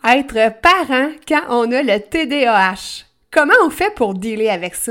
Être parent quand on a le TDAH. Comment on fait pour dealer avec ça?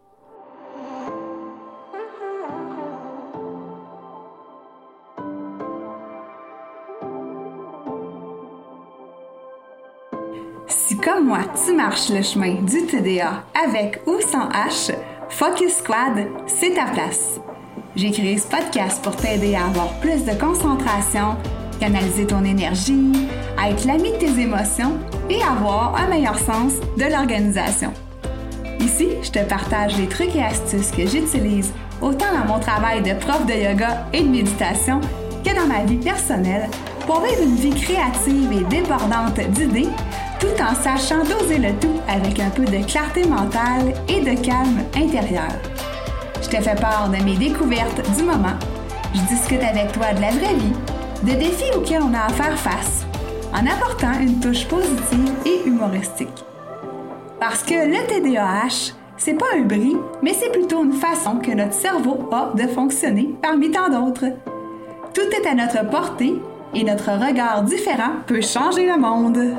Si comme moi, tu marches le chemin du TDA avec ou sans H, Focus Squad, c'est ta place. J'ai créé ce podcast pour t'aider à avoir plus de concentration, canaliser ton énergie, à être l'ami de tes émotions et avoir un meilleur sens de l'organisation. Ici, je te partage les trucs et astuces que j'utilise autant dans mon travail de prof de yoga et de méditation que dans ma vie personnelle pour vivre une vie créative et débordante d'idées tout en sachant doser le tout avec un peu de clarté mentale et de calme intérieur. Je te fais part de mes découvertes du moment. Je discute avec toi de la vraie vie, de défis auxquels on a à faire face, en apportant une touche positive et humoristique. Parce que le TDAH, c'est pas un bris, mais c'est plutôt une façon que notre cerveau a de fonctionner parmi tant d'autres. Tout est à notre portée et notre regard différent peut changer le monde.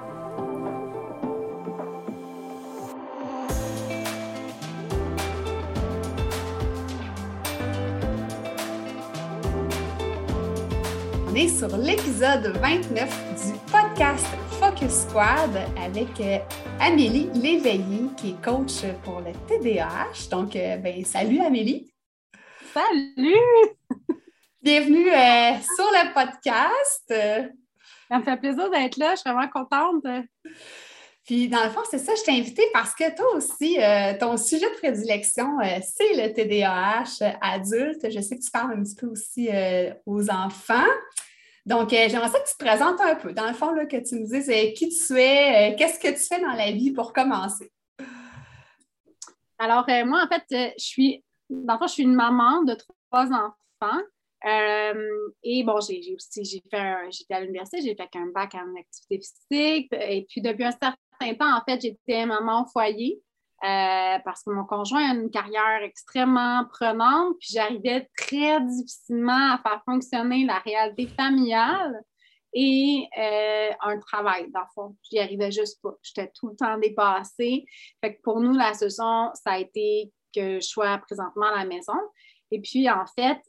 On est sur l'épisode 29 du podcast Focus Squad avec Amélie Léveillé, qui est coach pour le TDAH. Donc, salut Amélie! Salut! Bienvenue sur le podcast. Ça me fait plaisir d'être là, je suis vraiment contente. Puis, dans le fond, c'est ça, je t'ai invitée parce que toi aussi, ton sujet de prédilection, c'est le TDAH adulte. Je sais que tu parles un petit peu aussi aux enfants. Donc, j'aimerais ça que tu te présentes un peu. Dans le fond, là, que tu me dises qui tu es, qu'est-ce que tu fais dans la vie pour commencer? Alors, moi, en fait, je suis une maman de 3 enfants. Et bon, j'étais à l'université, j'ai fait un bac en activité physique. Et puis, depuis un certain temps, en fait, j'étais maman au foyer. Parce que mon conjoint a une carrière extrêmement prenante, puis j'arrivais très difficilement à faire fonctionner la réalité familiale et un travail, dans le fond. J'y arrivais juste pas. J'étais tout le temps dépassée. Fait que pour nous, la solution, ça a été que je sois présentement à la maison. Et puis, en fait,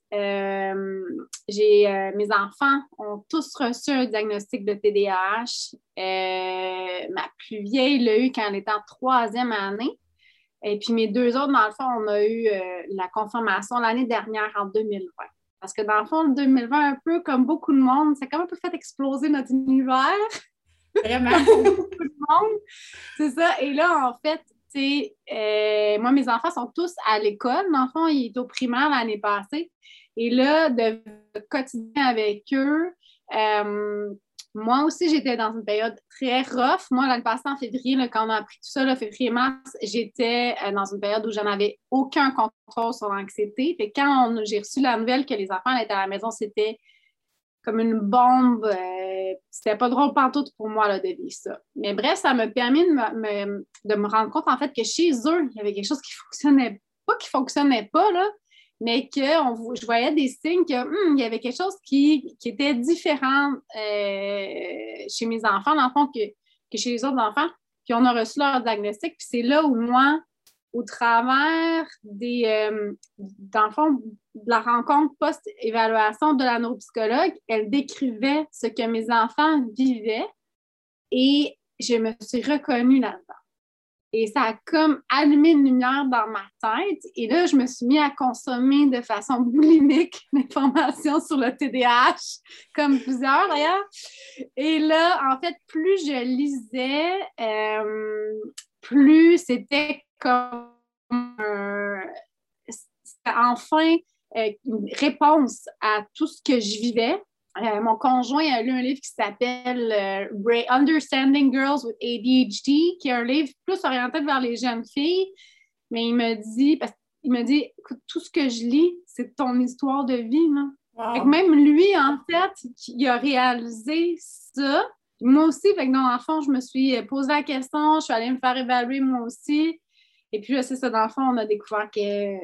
mes enfants ont tous reçu un diagnostic de TDAH. Ma plus vieille l'a eu quand elle était en 3e année. Et puis, mes 2 autres, dans le fond, on a eu la confirmation l'année dernière, en 2020. Parce que, dans le fond, le 2020, un peu comme beaucoup de monde, ça a quand même un peu fait exploser notre univers. Vraiment. Beaucoup de monde. C'est ça. Et là, en fait, moi, mes enfants sont tous à l'école. Dans le fond, ils étaient au primaire l'année passée. Et là, de quotidien avec eux, moi aussi, j'étais dans une période très rough. Moi, l'année passée, en février, là, quand on a appris tout ça, février-mars, j'étais dans une période où je n'avais aucun contrôle sur l'anxiété. Fait que quand j'ai reçu la nouvelle que les enfants étaient à la maison, c'était comme une bombe. C'était pas drôle pantoute pour moi là, de vivre ça. Mais bref, ça m'a permis de me rendre compte, en fait, que chez eux, il y avait quelque chose qui fonctionnait pas, là, mais que je voyais des signes que il y avait quelque chose qui était différent chez mes enfants, dans le fond, que chez les autres enfants. Puis on a reçu leur diagnostic. Puis c'est là où moi, au travers dans le fond, de la rencontre post-évaluation de la neuropsychologue, elle décrivait ce que mes enfants vivaient et je me suis reconnue là-dedans. Et ça a comme allumé une lumière dans ma tête. Et là, je me suis mis à consommer de façon boulimique l'information sur le TDAH, comme plusieurs d'ailleurs. Et là, en fait, plus je lisais, plus c'était comme enfin une réponse à tout ce que je vivais. Mon conjoint a lu un livre qui s'appelle Understanding Girls with ADHD, qui est un livre plus orienté vers les jeunes filles. Mais il me dit, écoute, tout ce que je lis, c'est ton histoire de vie. Là. Wow. Fait que même lui, en fait, il a réalisé ça. Moi aussi, fait que dans l'enfant, je me suis posé la question, je suis allée me faire évaluer moi aussi. Et puis, c'est ça, dans le fond, on a découvert que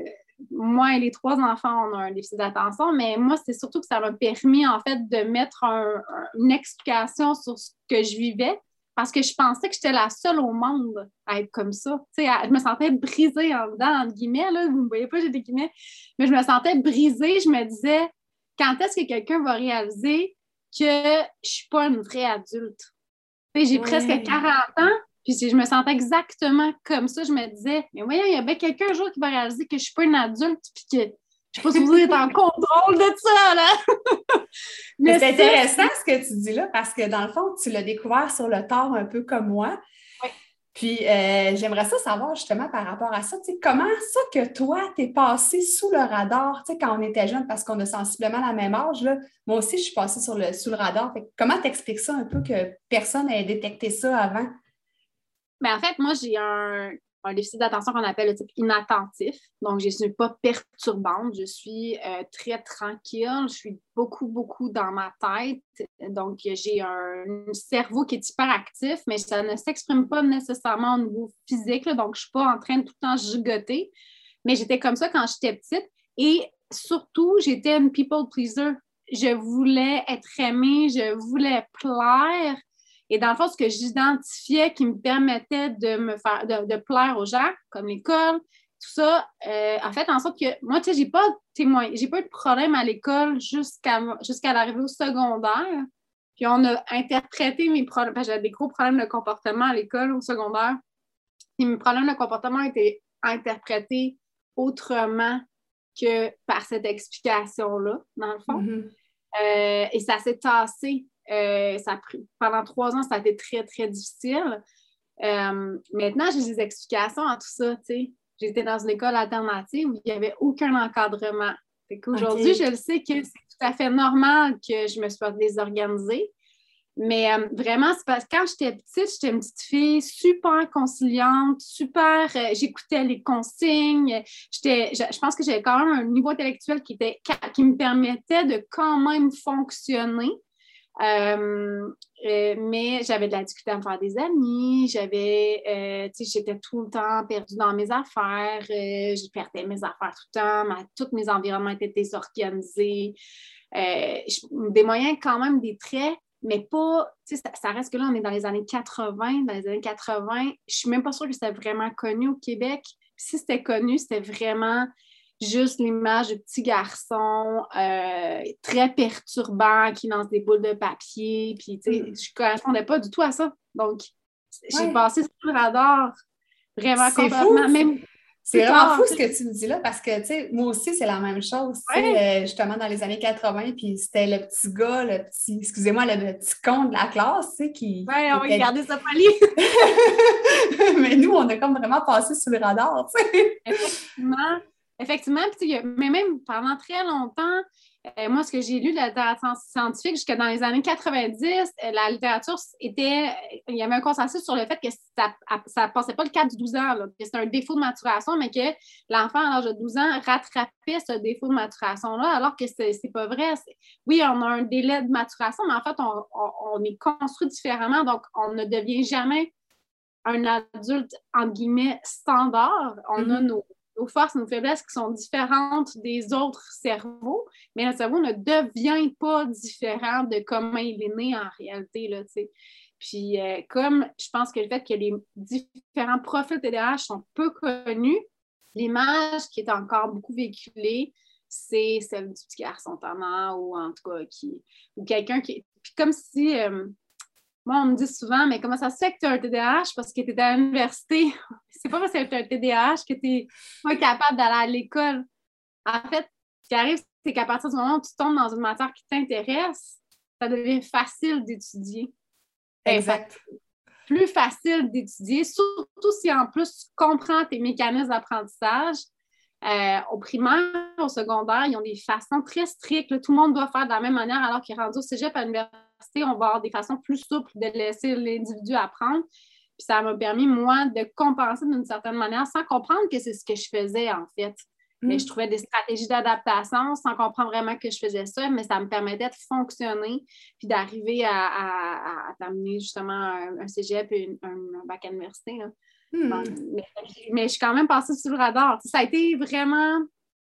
moi et les 3 enfants, on a un déficit d'attention, mais moi, c'est surtout que ça m'a permis, en fait, de mettre une explication sur ce que je vivais parce que je pensais que j'étais la seule au monde à être comme ça. Tu sais, je me sentais brisée en dedans, entre guillemets, là, vous ne me voyez pas, j'ai des guillemets, mais je me sentais brisée. Je me disais, quand est-ce que quelqu'un va réaliser que je ne suis pas une vraie adulte? Tu sais, j'ai presque 40 ans, puis si je me sentais exactement comme ça, je me disais, mais voyons, il y a bien quelqu'un un jour qui va réaliser que je ne suis pas une adulte, puis que je ne suis pas supposée être en contrôle de ça, là! Mais c'est intéressant ce que tu dis là, parce que dans le fond, tu l'as découvert sur le tard un peu comme moi. Oui. Puis j'aimerais ça savoir justement par rapport à ça, tu sais, comment ça que toi, t'es passé sous le radar, tu sais, quand on était jeune, parce qu'on a sensiblement la même âge, là. Moi aussi, je suis passée sous le radar. Fait que comment t'expliques ça un peu que personne n'ait détecté ça avant? Mais en fait, moi, j'ai un déficit d'attention qu'on appelle le type inattentif. Donc, je ne suis pas perturbante. Je suis très tranquille. Je suis beaucoup, beaucoup dans ma tête. Donc, j'ai un cerveau qui est hyper actif, mais ça ne s'exprime pas nécessairement au niveau physique. Là. Donc, je ne suis pas en train de tout le temps gigoter. Mais j'étais comme ça quand j'étais petite. Et surtout, j'étais une people pleaser. Je voulais être aimée. Je voulais plaire. Et dans le fond, ce que j'identifiais qui me permettait de me faire de plaire aux gens, comme l'école, tout ça, en fait, en sorte que moi, tu sais, j'ai pas eu de problème à l'école jusqu'à l'arrivée au secondaire. Puis on a interprété mes problèmes, parce que j'avais des gros problèmes de comportement à l'école au secondaire. Puis mes problèmes de comportement étaient interprétés autrement que par cette explication-là, dans le fond. Mm-hmm. Et ça s'est tassé. Pendant 3 ans, ça a été très, très difficile. Maintenant, j'ai des explications à tout ça. T'sais. J'étais dans une école alternative où il n'y avait aucun encadrement. Aujourd'hui, je le sais que c'est tout à fait normal que je me sois désorganisée. Mais vraiment, c'est parce que quand j'étais petite, j'étais une petite fille super conciliante, super... j'écoutais les consignes. Je pense que j'avais quand même un niveau intellectuel qui me permettait de quand même fonctionner. Mais j'avais de la difficulté à me faire des amis, j'étais tout le temps perdue dans mes affaires, je perdais mes affaires tout le temps, tous mes environnements étaient désorganisés, des moyens quand même des traits, mais pas, ça reste que là, on est dans les années 80, je suis même pas sûre que c'était vraiment connu au Québec, si c'était connu, c'était vraiment juste l'image du petit garçon très perturbant qui lance des boules de papier. Puis, tu sais, je ne correspondais pas du tout à ça. Donc, j'ai passé sous le radar vraiment complètement. C'est vraiment fou ce que tu me dis là, parce que, tu sais, moi aussi, c'est la même chose. Justement, dans les années 80, puis c'était le petit gars, le petit con de la classe, tu sais, qui... Oui, on va garder ça poli. Mais nous, on a comme vraiment passé sous le radar, tu sais. Effectivement, mais même pendant très longtemps, moi, ce que j'ai lu de la littérature scientifique, jusque dans les années 90, la littérature il y avait un consensus sur le fait que ça ne passait pas le cap du 12 ans, là, que c'était un défaut de maturation, mais que l'enfant à l'âge de 12 ans rattrapait ce défaut de maturation-là, alors que c'est pas vrai. Oui, on a un délai de maturation, mais en fait, on est construit différemment, donc on ne devient jamais un adulte, entre guillemets, standard. On a nos forces, nos faiblesses qui sont différentes des autres cerveaux, mais notre cerveau ne devient pas différent de comment il est né en réalité, là, tu sais. Puis, comme je pense que le fait que les différents profils TDAH sont peu connus, l'image qui est encore beaucoup véhiculée, c'est celle du petit garçon tannant ou en tout cas ou quelqu'un qui... Puis comme si... moi, on me dit souvent, mais comment ça se fait que tu as un TDAH parce que tu es à l'université? C'est pas parce que tu as un TDAH que tu n'es pas capable d'aller à l'école. En fait, ce qui arrive, c'est qu'à partir du moment où tu tombes dans une matière qui t'intéresse, ça devient facile d'étudier. Exact. Plus facile d'étudier, surtout si en plus tu comprends tes mécanismes d'apprentissage. Au primaire, au secondaire, ils ont des façons très strictes. Là, tout le monde doit faire de la même manière, alors qu'il est rendu au cégep à l'université, on va avoir des façons plus souples de laisser l'individu apprendre. Puis ça m'a permis, moi, de compenser d'une certaine manière sans comprendre que c'est ce que je faisais, en fait. Mais je trouvais des stratégies d'adaptation sans comprendre vraiment que je faisais ça, mais ça me permettait de fonctionner puis d'arriver à terminer justement un cégep et un bac à l'université. Là. Mais je suis quand même passée sur le radar. Ça a été vraiment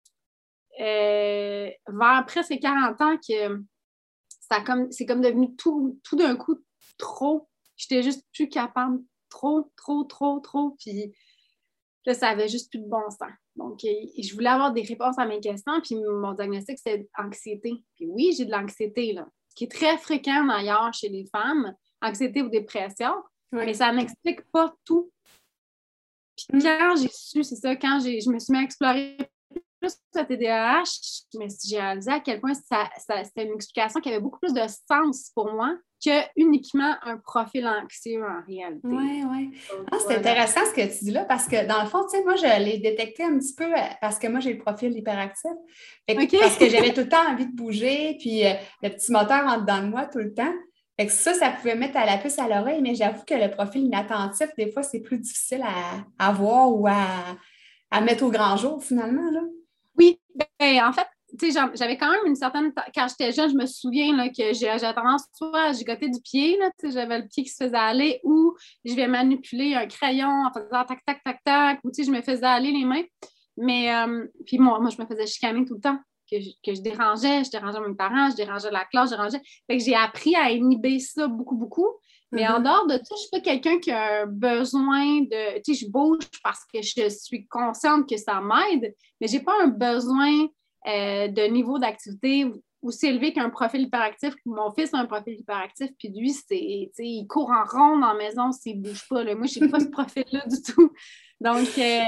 vers presque 40 ans que c'est comme devenu tout d'un coup trop. J'étais juste plus capable. Trop. Puis là, ça avait juste plus de bon sens. Donc, je voulais avoir des réponses à mes questions. Puis mon diagnostic, c'était anxiété. Puis oui, j'ai de l'anxiété, là, qui est très fréquent d'ailleurs chez les femmes, anxiété ou dépression. Oui. Mais ça n'explique pas tout. Puis quand j'ai su, c'est ça, quand je me suis mis à explorer plus le TDAH, j'ai réalisé à quel point c'était une explication qui avait beaucoup plus de sens pour moi que uniquement un profil anxieux en réalité. Oui. C'est intéressant ce que tu dis là, parce que dans le fond, tu sais, moi, je l'ai détecté un petit peu parce que moi, j'ai le profil hyperactif. Parce que j'avais tout le temps envie de bouger, puis le petit moteur en dedans de moi tout le temps. Fait que ça pouvait mettre à la puce à l'oreille, mais j'avoue que le profil inattentif, des fois, c'est plus difficile à voir ou à mettre au grand jour, finalement, là. Oui, en fait, tu sais, j'avais quand même une certaine... Quand j'étais jeune, je me souviens là, que j'ai tendance soit à gigoter du pied, là, tu sais, j'avais le pied qui se faisait aller, ou je vais manipuler un crayon en faisant tac, tac, tac, tac, ou tu sais, je me faisais aller les mains. Mais, puis moi, je me faisais chicaner tout le temps, que je dérangeais mes parents, je dérangeais la classe, Fait que j'ai appris à inhiber ça beaucoup, beaucoup. Mais en dehors de ça, je suis pas quelqu'un qui a besoin de... Tu sais, je bouge parce que je suis consciente que ça m'aide, mais j'ai pas un besoin de niveau d'activité aussi élevé qu'un profil hyperactif. Mon fils a un profil hyperactif, puis lui, il court en rond dans la maison s'il bouge pas. Là. Moi, je n'ai pas ce profil-là du tout. Donc,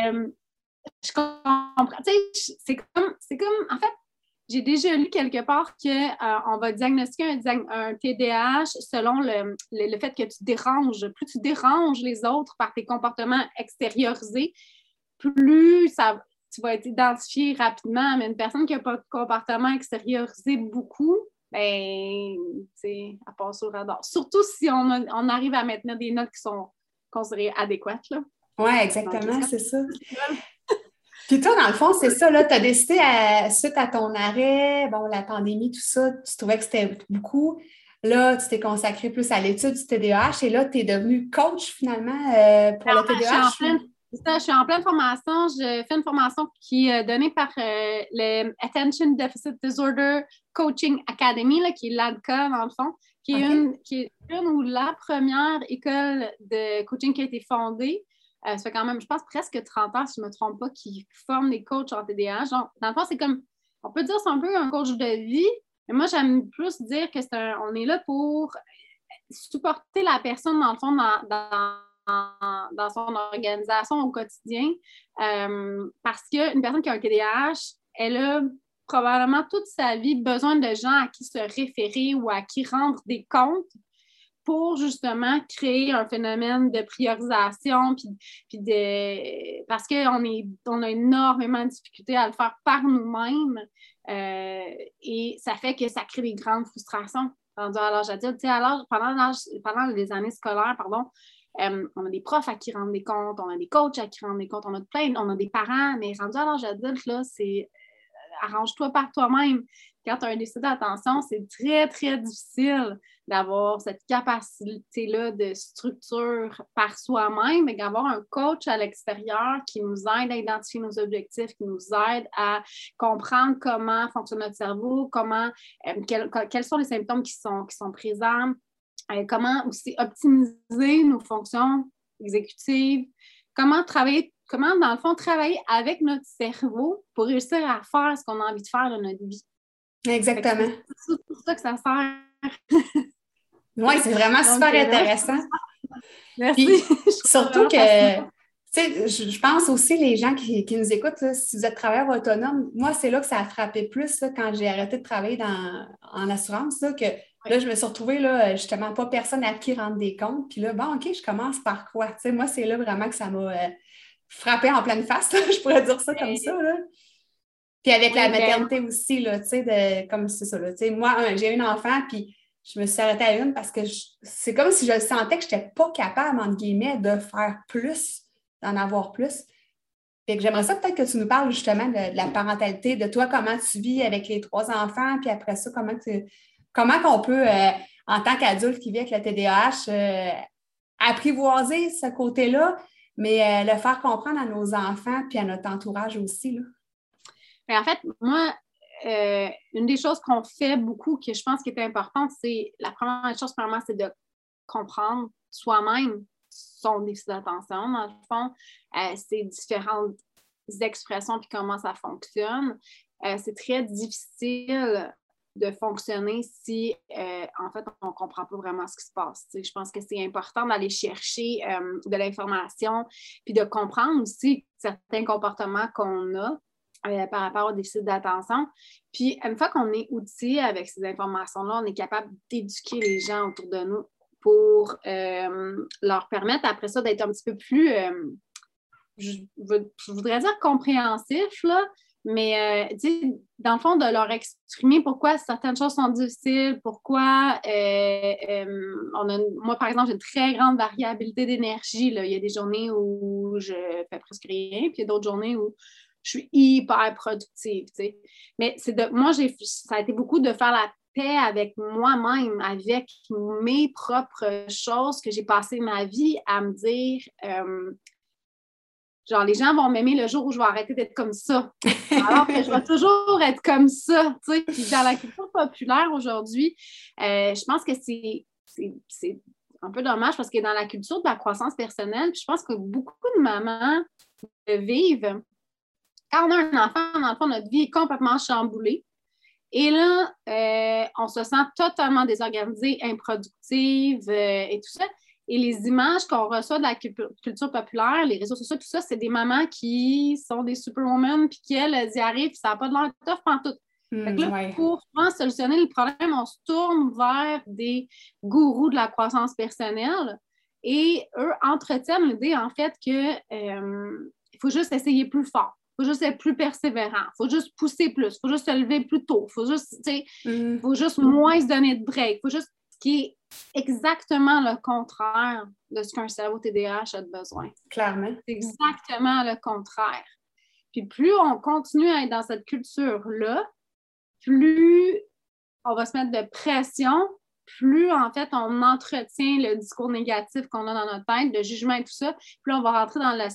je comprends. Tu sais, c'est comme... En fait, j'ai déjà lu quelque part qu'on va diagnostiquer un TDAH selon le fait que tu déranges. Plus tu déranges les autres par tes comportements extériorisés, plus tu vas être identifié rapidement. Mais une personne qui n'a pas de comportement extériorisé beaucoup, ben, tu sais, elle passe sur le radar. Surtout si on arrive à maintenir des notes qui sont considérées adéquates. Oui, exactement, donc, c'est ça. Puis toi, dans le fond, c'est ça, là, tu as décidé, suite à ton arrêt, bon, la pandémie, tout ça, tu trouvais que c'était beaucoup. Là, tu t'es consacré plus à l'étude du TDAH et là, tu es devenue coach, finalement, pour le TDAH. Je suis en pleine formation. Je fais une formation qui est donnée par le Attention Deficit Disorder Coaching Academy, là, qui est l'ADCA, dans le fond, qui est une ou la première école de coaching qui a été fondée. Ça fait quand même, je pense, presque 30 ans, si je ne me trompe pas, qui forment des coachs en TDAH. Donc, dans le fond, c'est comme, on peut dire c'est un peu un coach de vie, mais moi, j'aime plus dire que on est là pour supporter la personne, dans le fond, dans son organisation au quotidien. Parce qu'une personne qui a un TDAH, elle a probablement toute sa vie besoin de gens à qui se référer ou à qui rendre des comptes pour justement créer un phénomène de priorisation, parce qu'on a énormément de difficultés à le faire par nous-mêmes et ça fait que ça crée des grandes frustrations rendues à l'âge adulte. Tu sais, pendant les années scolaires, on a des profs à qui rendre des comptes, on a des coachs à qui rendre des comptes, on a des parents, mais rendu à l'âge adulte, là, c'est arrange-toi par toi-même. Quand tu as un déficit d'attention, c'est très, très difficile d'avoir cette capacité-là de structure par soi-même, mais d'avoir un coach à l'extérieur qui nous aide à identifier nos objectifs, qui nous aide à comprendre comment fonctionne notre cerveau, quels sont les symptômes qui sont présents, comment aussi optimiser nos fonctions exécutives, comment, dans le fond, travailler avec notre cerveau pour réussir à faire ce qu'on a envie de faire dans notre vie. Exactement. C'est pour ça que ça sert. Oui, c'est vraiment super intéressant. Merci. Puis, surtout que, tu sais, je pense aussi les gens qui nous écoutent, là, si vous êtes travailleur autonome, moi, c'est là que ça a frappé plus là, quand j'ai arrêté de travailler en assurance, là, que là, je me suis retrouvée, là, justement, pas personne à qui rendre des comptes. Puis là, bon, OK, je commence par quoi? Tu sais, moi, c'est là vraiment que ça m'a frappé en pleine face, là, je pourrais dire ça comme ça, là. Puis avec la maternité aussi, là, tu sais, comme c'est ça, là, tu sais, moi, j'ai une enfant, puis je me suis arrêtée à une parce que c'est comme si je sentais que je n'étais pas capable, entre guillemets, de faire plus, d'en avoir plus. Fait que j'aimerais ça peut-être que tu nous parles justement de la parentalité, de toi, comment tu vis avec les 3 enfants, puis après ça, comment qu'on peut, en tant qu'adulte qui vit avec le TDAH, apprivoiser ce côté-là, mais le faire comprendre à nos enfants puis à notre entourage aussi, là. Et en fait, moi, une des choses qu'on fait beaucoup, que je pense qui est importante, c'est la première chose, premièrement, c'est de comprendre soi-même son déficit d'attention, dans le fond, ses différentes expressions puis comment ça fonctionne. C'est très difficile de fonctionner si, en fait, on ne comprend pas vraiment ce qui se passe. T'sais, je pense que c'est important d'aller chercher de l'information puis de comprendre aussi certains comportements qu'on a par rapport au déficit d'attention. Puis, une fois qu'on est outillé avec ces informations-là, on est capable d'éduquer les gens autour de nous pour leur permettre, après ça, d'être un petit peu plus, je voudrais dire compréhensif, là, mais dans le fond, de leur exprimer pourquoi certaines choses sont difficiles, pourquoi moi, par exemple, j'ai une très grande variabilité d'énergie. Là. Il y a des journées où je fais presque rien, puis il y a d'autres journées où je suis hyper productive. T'sais. Mais moi, ça a été beaucoup de faire la paix avec moi-même, avec mes propres choses que j'ai passé ma vie à me dire genre, les gens vont m'aimer le jour où je vais arrêter d'être comme ça. Alors que je vais toujours être comme ça. T'sais. Puis dans la culture populaire aujourd'hui, je pense que c'est un peu dommage parce que dans la culture de la croissance personnelle, je pense que beaucoup de mamans vivent. Quand on a un enfant, dans le fond, notre vie est complètement chamboulée. Et là, on se sent totalement désorganisée, improductive et tout ça. Et les images qu'on reçoit de la culture populaire, les réseaux sociaux, tout ça, c'est des mamans qui sont des superwomen, puis qu'elles y arrivent, puis ça n'a pas de l'air tough pantoute. Fait que là, pour solutionner le problème, on se tourne vers des gourous de la croissance personnelle et eux entretiennent l'idée, en fait, que il faut juste essayer plus fort. Il faut juste être plus persévérant. Il faut juste pousser plus. Il faut juste se lever plus tôt. Il faut juste moins se donner de break. Il faut juste ce qui est exactement le contraire de ce qu'un cerveau TDAH a besoin. Clairement. C'est exactement le contraire. Puis plus on continue à être dans cette culture-là, plus on va se mettre de pression, plus, en fait, on entretient le discours négatif qu'on a dans notre tête, le jugement et tout ça, plus on va rentrer dans la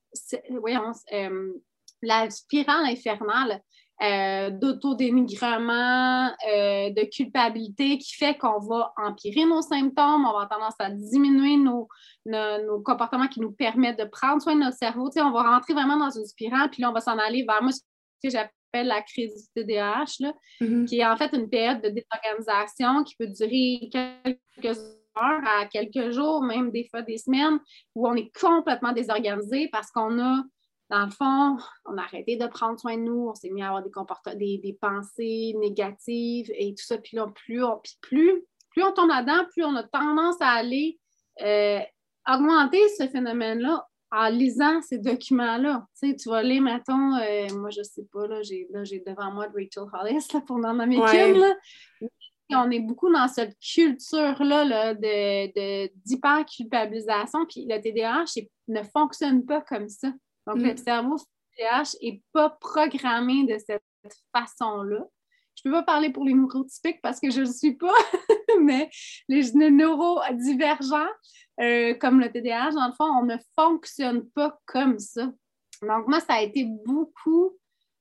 spirale infernale d'autodénigrement, de culpabilité qui fait qu'on va empirer nos symptômes, on va avoir tendance à diminuer nos comportements qui nous permettent de prendre soin de notre cerveau. T'sais, on va rentrer vraiment dans une spirale, puis là, on va s'en aller vers moi, ce que j'appelle la crise du TDAH, là, qui est en fait une période de désorganisation qui peut durer quelques heures à quelques jours, même des fois des semaines, où on est complètement désorganisé parce qu'on a dans le fond, on a arrêté de prendre soin de nous, on s'est mis à avoir des pensées négatives et tout ça. Puis là, plus on tombe là-dedans, plus on a tendance à aller augmenter ce phénomène-là en lisant ces documents-là. Tu sais, tu vas lire, mettons, moi, je sais pas, j'ai devant moi de Rachel Hollis là, pour n'en nommer qu'une. Là. On est beaucoup dans cette culture-là là, d'hyper-culpabilisation. Puis le TDAH ne fonctionne pas comme ça. Donc, le cerveau TDAH n'est pas programmé de cette façon-là. Je ne peux pas parler pour les neurotypiques parce que je ne le suis pas, mais les neurodivergents, comme le TDAH, dans le fond, on ne fonctionne pas comme ça. Donc, moi, ça a été beaucoup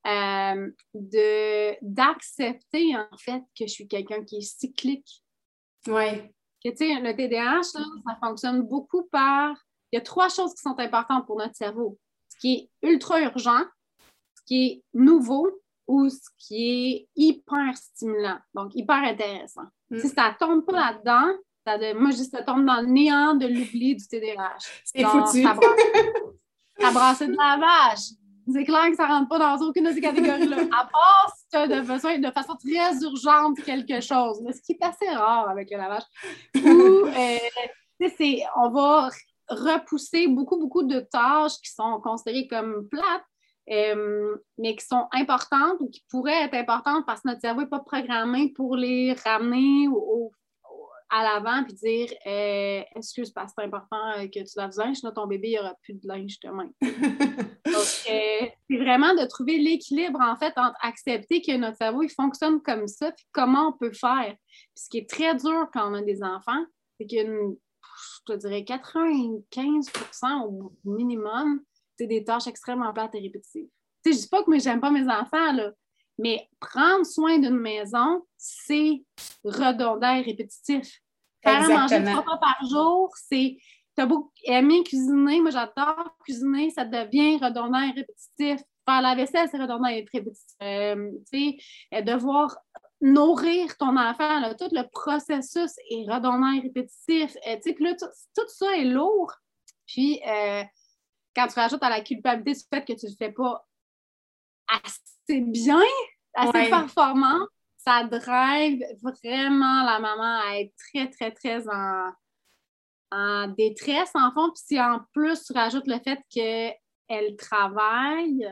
d'accepter, en fait, que je suis quelqu'un qui est cyclique. Oui. Que, tu sais, le TDAH, là, ça fonctionne beaucoup par... Il y a 3 choses qui sont importantes pour notre cerveau. Ce qui est ultra urgent, ce qui est nouveau ou ce qui est hyper stimulant, donc hyper intéressant. Si ça ne tombe pas là-dedans, moi je dis que ça tombe dans le néant de l'oubli du TDAH. C'est foutu. Ça brasse de lavage. C'est clair que ça ne rentre pas dans aucune de ces catégories-là. À part si tu as besoin de façon très urgente de quelque chose, ce qui est assez rare avec le lavage. Ou on va repousser beaucoup de tâches qui sont considérées comme plates, mais qui sont importantes ou qui pourraient être importantes parce que notre cerveau n'est pas programmé pour les ramener à l'avant et dire excuse parce que c'est important que tu laves du linge, sinon ton bébé n'aura plus de linge demain. Donc, c'est vraiment de trouver l'équilibre en fait entre accepter que notre cerveau il fonctionne comme ça puis comment on peut faire. Puis, ce qui est très dur quand on a des enfants, c'est je te dirais 95% au minimum, c'est des tâches extrêmement plates et répétitives. sais, je dis pas que j'aime pas mes enfants, là, mais prendre soin d'une maison, c'est redondant et répétitif. Faire à manger 3 fois par jour, t'as beau aimer cuisiner, moi j'adore cuisiner, ça devient redondant et répétitif. Faire la vaisselle, c'est redondant et répétitif. Tu sais, devoir nourrir ton enfant, là, tout le processus est redondant et répétitif. Tu sais, puis là, tout ça est lourd. Puis, quand tu rajoutes à la culpabilité du fait que tu ne le fais pas assez bien, assez performant, ça drive vraiment la maman à être très, très, très en détresse, en fond. Puis si en plus, tu rajoutes le fait qu'elle travaille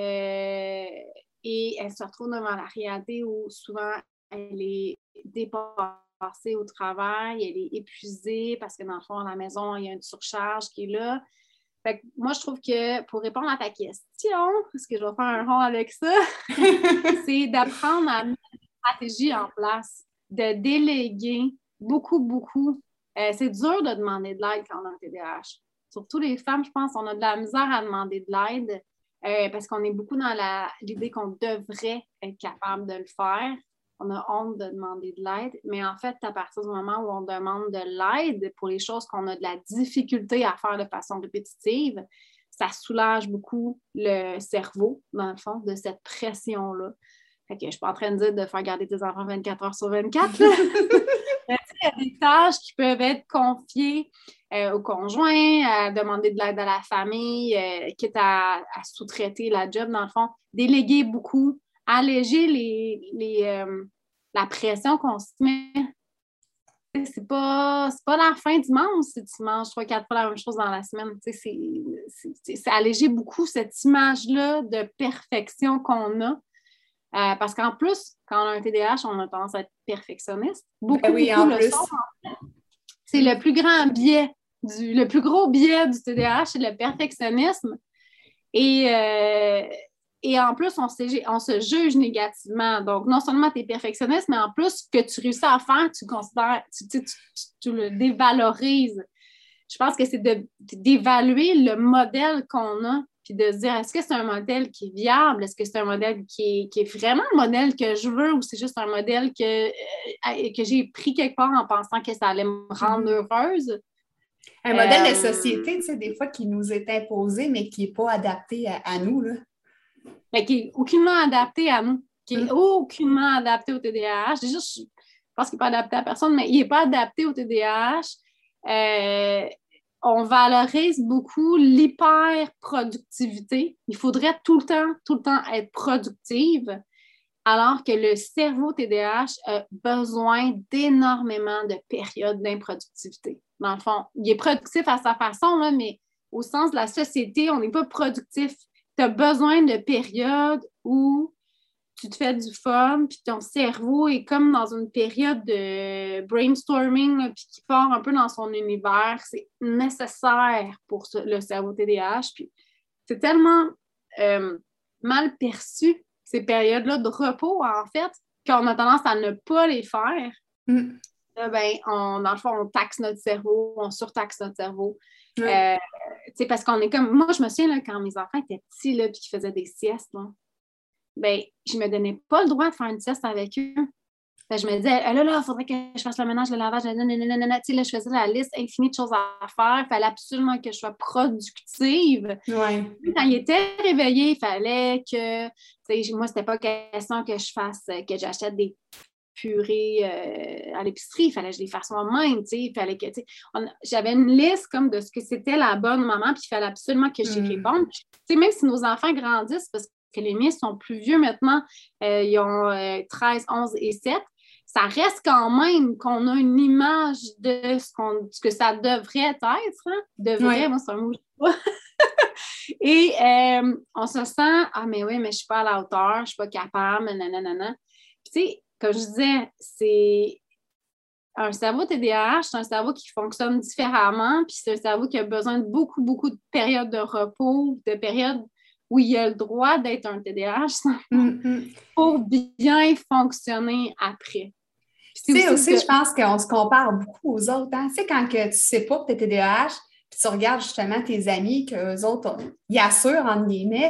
et elle se retrouve devant la réalité où souvent elle est dépassée au travail, elle est épuisée parce que dans le fond, à la maison, il y a une surcharge qui est là. Fait que moi, je trouve que pour répondre à ta question, parce que je vais faire un rond avec ça, c'est d'apprendre à mettre des stratégies en place, de déléguer beaucoup, beaucoup. C'est dur de demander de l'aide quand on a un TDAH. Surtout les femmes, je pense, on a de la misère à demander de l'aide parce qu'on est beaucoup dans l'idée qu'on devrait être capable de le faire. On a honte de demander de l'aide, mais en fait, à partir du moment où on demande de l'aide pour les choses qu'on a de la difficulté à faire de façon répétitive, ça soulage beaucoup le cerveau, dans le fond, de cette pression-là. Fait que je suis pas en train de dire de faire garder tes enfants 24 heures sur 24. Mais il y a des tâches qui peuvent être confiées au conjoint, à demander de l'aide à la famille, quitte à sous-traiter la job, dans le fond. Déléguer beaucoup, alléger la pression qu'on se met. C'est pas la fin du monde si tu manges 3-4 fois la même chose dans la semaine. C'est alléger beaucoup cette image-là de perfection qu'on a. Parce qu'en plus, quand on a un TDAH, on a tendance à être perfectionniste. Beaucoup en plus. C'est le plus grand biais, le plus gros biais du TDAH, c'est le perfectionnisme. Et en plus, on se juge négativement. Donc, non seulement tu es perfectionniste, mais en plus, ce que tu réussis à faire, tu considères, tu le dévalorises. Je pense que c'est d'évaluer le modèle qu'on a, puis de se dire, est-ce que c'est un modèle qui est viable? Est-ce que c'est un modèle qui est vraiment le modèle que je veux ou c'est juste un modèle que j'ai pris quelque part en pensant que ça allait me rendre heureuse? Un modèle de société, tu sais, des fois, qui nous est imposé, mais qui n'est pas adapté à nous, là. Mais qui est aucunement adapté à nous, qui est aucunement adapté au TDAH. Déjà, je pense qu'il n'est pas adapté à personne, mais il n'est pas adapté au TDAH. On valorise beaucoup l'hyper-productivité. Il faudrait tout le temps être productive, alors que le cerveau TDAH a besoin d'énormément de périodes d'improductivité. Dans le fond, il est productif à sa façon, là, mais au sens de la société, on n'est pas productif. Tu as besoin de périodes où tu te fais du fun, puis ton cerveau est comme dans une période de brainstorming, là, puis qui part un peu dans son univers. C'est nécessaire pour le cerveau TDAH. Puis c'est tellement mal perçu, ces périodes-là de repos, en fait, qu'on a tendance à ne pas les faire. Là, dans le fond, on taxe notre cerveau, on surtaxe notre cerveau. Parce qu'on est comme... Moi, je me souviens, là, quand mes enfants étaient petits, là, puis qu'ils faisaient des siestes, là, je me donnais pas le droit de faire une sieste avec eux. Je me disais, là, il faudrait que je fasse le ménage, le lavage, là, je faisais la liste infinie de choses à faire. Il fallait absolument que je sois productive. Ouais. Quand ils étaient réveillés, il fallait que... Moi, c'était pas question que je fasse, que j'achète des purées à l'épicerie. Il fallait que je les fasse moi-même. Il fallait que... J'avais une liste comme de ce que c'était la bonne maman, puis il fallait absolument que j'y réponde. Même si nos enfants grandissent, parce que les miens sont plus vieux maintenant, ils ont 13, 11 et 7, ça reste quand même qu'on a une image de ce que ça devrait être. Hein? Devrait, moi, c'est un mot que je sais pas. Et on se sent, mais oui, mais je ne suis pas à la hauteur, je ne suis pas capable, nanana. Puis, comme je disais, c'est un cerveau TDAH, c'est un cerveau qui fonctionne différemment, puis c'est un cerveau qui a besoin de beaucoup, beaucoup de périodes de repos, de périodes où il a le droit d'être un TDAH pour bien fonctionner après. Tu sais, aussi, je pense qu'on se compare beaucoup aux autres. Hein? Tu sais, quand que tu ne sais pas que tu es TDAH, puis tu regardes justement tes amis, qu'eux autres, ils assurent, entre guillemets,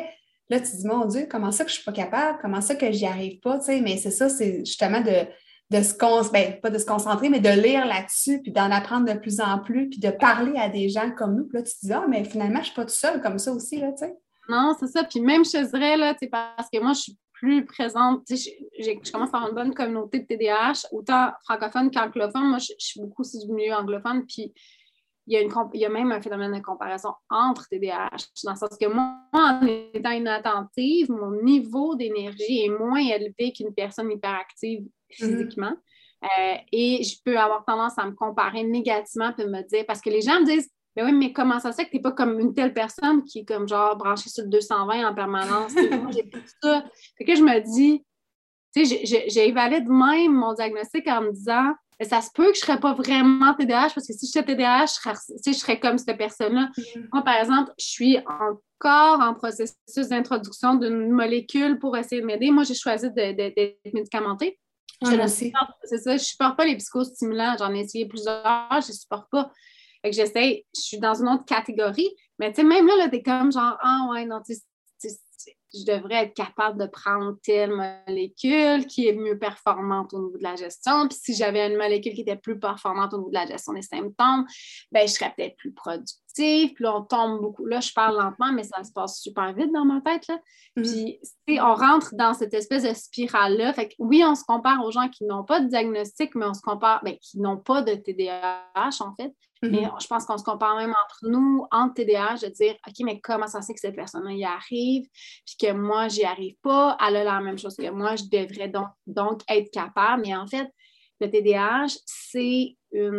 Là, tu te dis, mon Dieu, comment ça que je suis pas capable? Comment ça que j'y arrive pas? Tu sais, mais c'est ça, c'est justement de se pas de se concentrer, mais de lire là-dessus, puis d'en apprendre de plus en plus, puis de parler à des gens comme nous. Puis là, tu te dis, ah, mais finalement, je suis pas toute seule comme ça aussi, là, tu sais. Non, c'est ça. Puis même, je te dirais, là, tu sais, parce que moi, je suis plus présente. Tu sais, je commence à avoir une bonne communauté de TDAH, autant francophone qu'anglophone. Moi, je suis beaucoup aussi du milieu anglophone. Puis il y a même un phénomène de comparaison entre TDAH, dans le sens que moi, en étant inattentive, mon niveau d'énergie est moins élevé qu'une personne hyperactive physiquement. Et je peux avoir tendance à me comparer négativement puis me dire, parce que les gens me disent, mais oui, mais comment ça se fait que tu n'es pas comme une telle personne qui est comme genre branchée sur le 220 en permanence? Moi, j'ai tout ça. Fait que je me dis, tu sais, j'ai évalué de même mon diagnostic en me disant, ça se peut que je ne serais pas vraiment TDAH, parce que si j'étais TDAH, je serais comme cette personne-là. Moi, par exemple, je suis encore en processus d'introduction d'une molécule pour essayer de m'aider. Moi, j'ai choisi d'être médicamentée. C'est ça, je ne supporte pas les psychostimulants. J'en ai essayé plusieurs, je ne supporte pas. Fait que j'essaie, je suis dans une autre catégorie. Mais tu sais, même là, t'es comme genre, ah ouais, non, tu sais, je devrais être capable de prendre telle molécule qui est mieux performante au niveau de la gestion. Puis si j'avais une molécule qui était plus performante au niveau de la gestion des symptômes, ben je serais peut-être plus productive. Puis là, on tombe beaucoup. Là, je parle lentement, mais ça se passe super vite dans ma tête, là. Puis, on rentre dans cette espèce de spirale-là. Fait que oui, on se compare aux gens qui n'ont pas de diagnostic, mais on se compare, qui n'ont pas de TDAH, en fait. Mais je pense qu'on se compare même entre nous, entre TDAH, de dire, OK, mais comment ça se fait que cette personne-là y arrive, puis que moi, j'y arrive pas, elle a la même chose que moi, je devrais donc être capable. Mais en fait, le TDAH, c'est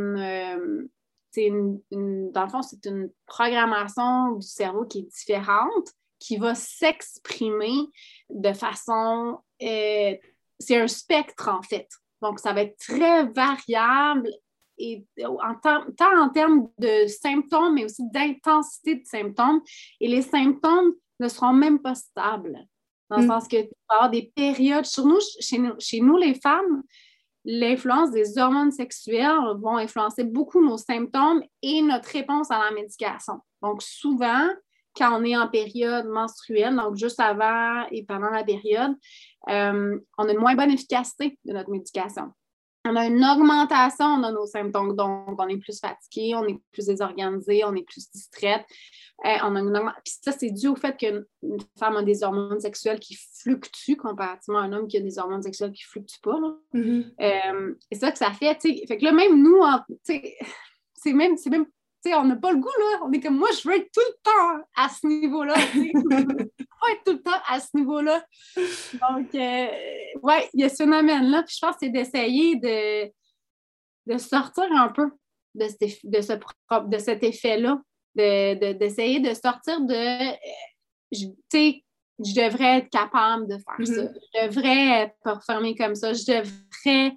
dans le fond, c'est une programmation du cerveau qui est différente, qui va s'exprimer de façon... c'est un spectre, en fait. Donc, ça va être très variable et tant en termes de symptômes, mais aussi d'intensité de symptômes. Et les symptômes ne seront même pas stables. Dans le sens que tu vas avoir des périodes. Chez nous, les femmes, l'influence des hormones sexuelles vont influencer beaucoup nos symptômes et notre réponse à la médication. Donc, souvent, quand on est en période menstruelle, donc juste avant et pendant la période, on a une moins bonne efficacité de notre médication. On a une augmentation de nos symptômes, donc on est plus fatigué, on est plus désorganisé, on est plus distraite. Puis ça, c'est dû au fait qu'une femme a des hormones sexuelles qui fluctuent comparativement à un homme qui a des hormones sexuelles qui ne fluctuent pas. C'est ça que ça fait. T'sais. Fait que là, même nous, c'est même on n'a pas le goût, là. On est comme, moi, je veux être tout le temps à ce niveau-là. Je veux pas être tout le temps à ce niveau-là. Donc, ouais, il y a ce phénomène-là. Puis je pense que c'est d'essayer de sortir un peu de cet effet-là. D'essayer de sortir je devrais être capable de faire ça. Je devrais être performée comme ça. Je devrais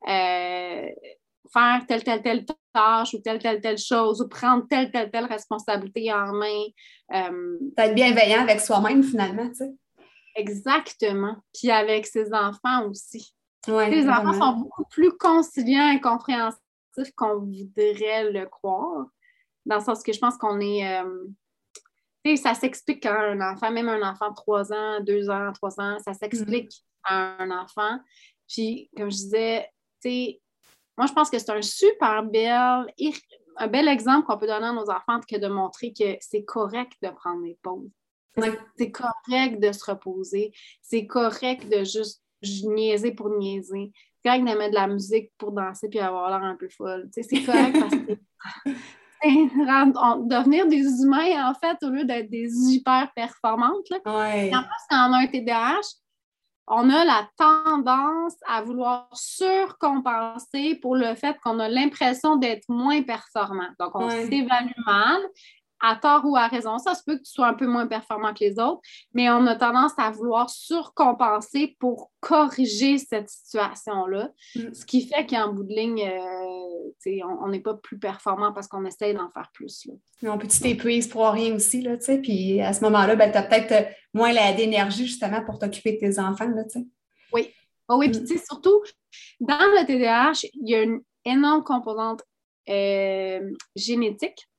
faire telle tâche ou telle chose ou prendre telle responsabilité en main. D'être bienveillant avec soi-même, finalement, tu sais. Exactement. Puis avec ses enfants aussi. Ouais, les enfants sont beaucoup plus conciliants et compréhensifs qu'on voudrait le croire. Dans le sens que je pense qu'on est... ça s'explique quand un enfant, même un enfant de 3 ans, 2 ans, 3 ans, ça s'explique à un enfant. Puis, comme je disais, moi, je pense que c'est un bel exemple qu'on peut donner à nos enfants que de montrer que c'est correct de prendre des pauses. Ouais. C'est correct de se reposer. C'est correct de juste niaiser pour niaiser. C'est correct de mettre de la musique pour danser puis avoir l'air un peu folle. C'est correct parce que... devenir des humains, en fait, au lieu d'être des hyper performantes. Là. Ouais. Et en plus, quand on a un TDAH, on a la tendance à vouloir surcompenser pour le fait qu'on a l'impression d'être moins performant. Donc, on s'évalue mal, à tort ou à raison. Ça se peut que tu sois un peu moins performant que les autres, mais on a tendance à vouloir surcompenser pour corriger cette situation-là, ce qui fait qu'en bout de ligne, on n'est pas plus performant parce qu'on essaye d'en faire plus. Là. Non, puis tu t'épuises pour rien aussi, là, tu sais, puis à ce moment-là, tu as peut-être moins d'énergie justement pour t'occuper de tes enfants, là, tu sais. Oui. Oh, oui, puis tu sais, surtout, dans le TDAH, il y a une énorme composante génétique.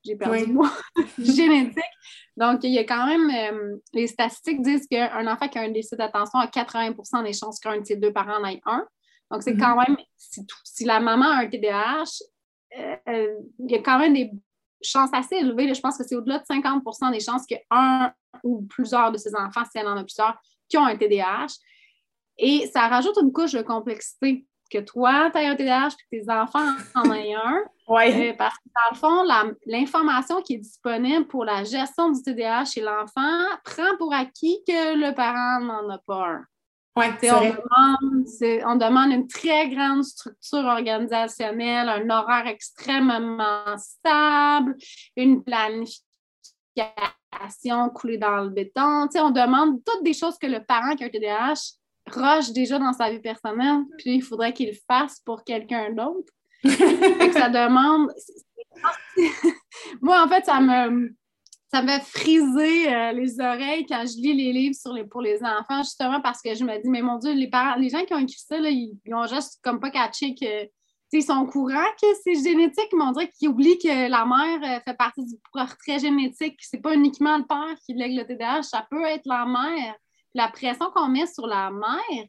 j'ai perdu le mot, génétique. Donc, il y a quand même, les statistiques disent qu'un enfant qui a un déficit d'attention a 80% des chances qu'un de ses deux parents en ait un. Donc, c'est quand même, si la maman a un TDAH, il y a quand même des chances assez élevées. Là, je pense que c'est au-delà de 50% des chances qu'un ou plusieurs de ses enfants, si elle en a plusieurs, qui ont un TDAH. Et ça rajoute une couche de complexité. Que toi, tu as un TDAH et que tes enfants en aient un. Oui. Parce que dans le fond, l'information qui est disponible pour la gestion du TDAH chez l'enfant prend pour acquis que le parent n'en a pas un. Oui, on demande une très grande structure organisationnelle, un horaire extrêmement stable, une planification coulée dans le béton. On demande toutes des choses que le parent qui a un TDAH roche déjà dans sa vie personnelle, puis il faudrait qu'il le fasse pour quelqu'un d'autre. Fait que ça demande... Moi, en fait, ça me fait friser les oreilles quand je lis les livres pour les enfants, justement parce que je me dis, mais mon Dieu, les gens qui ont écrit ça, là, ils ont juste comme pas catché que ils sont au courant que c'est génétique, mais on dirait qu'ils oublient que la mère fait partie du portrait génétique. C'est pas uniquement le père qui lègue le TDAH, ça peut être la mère. La pression qu'on met sur la mère,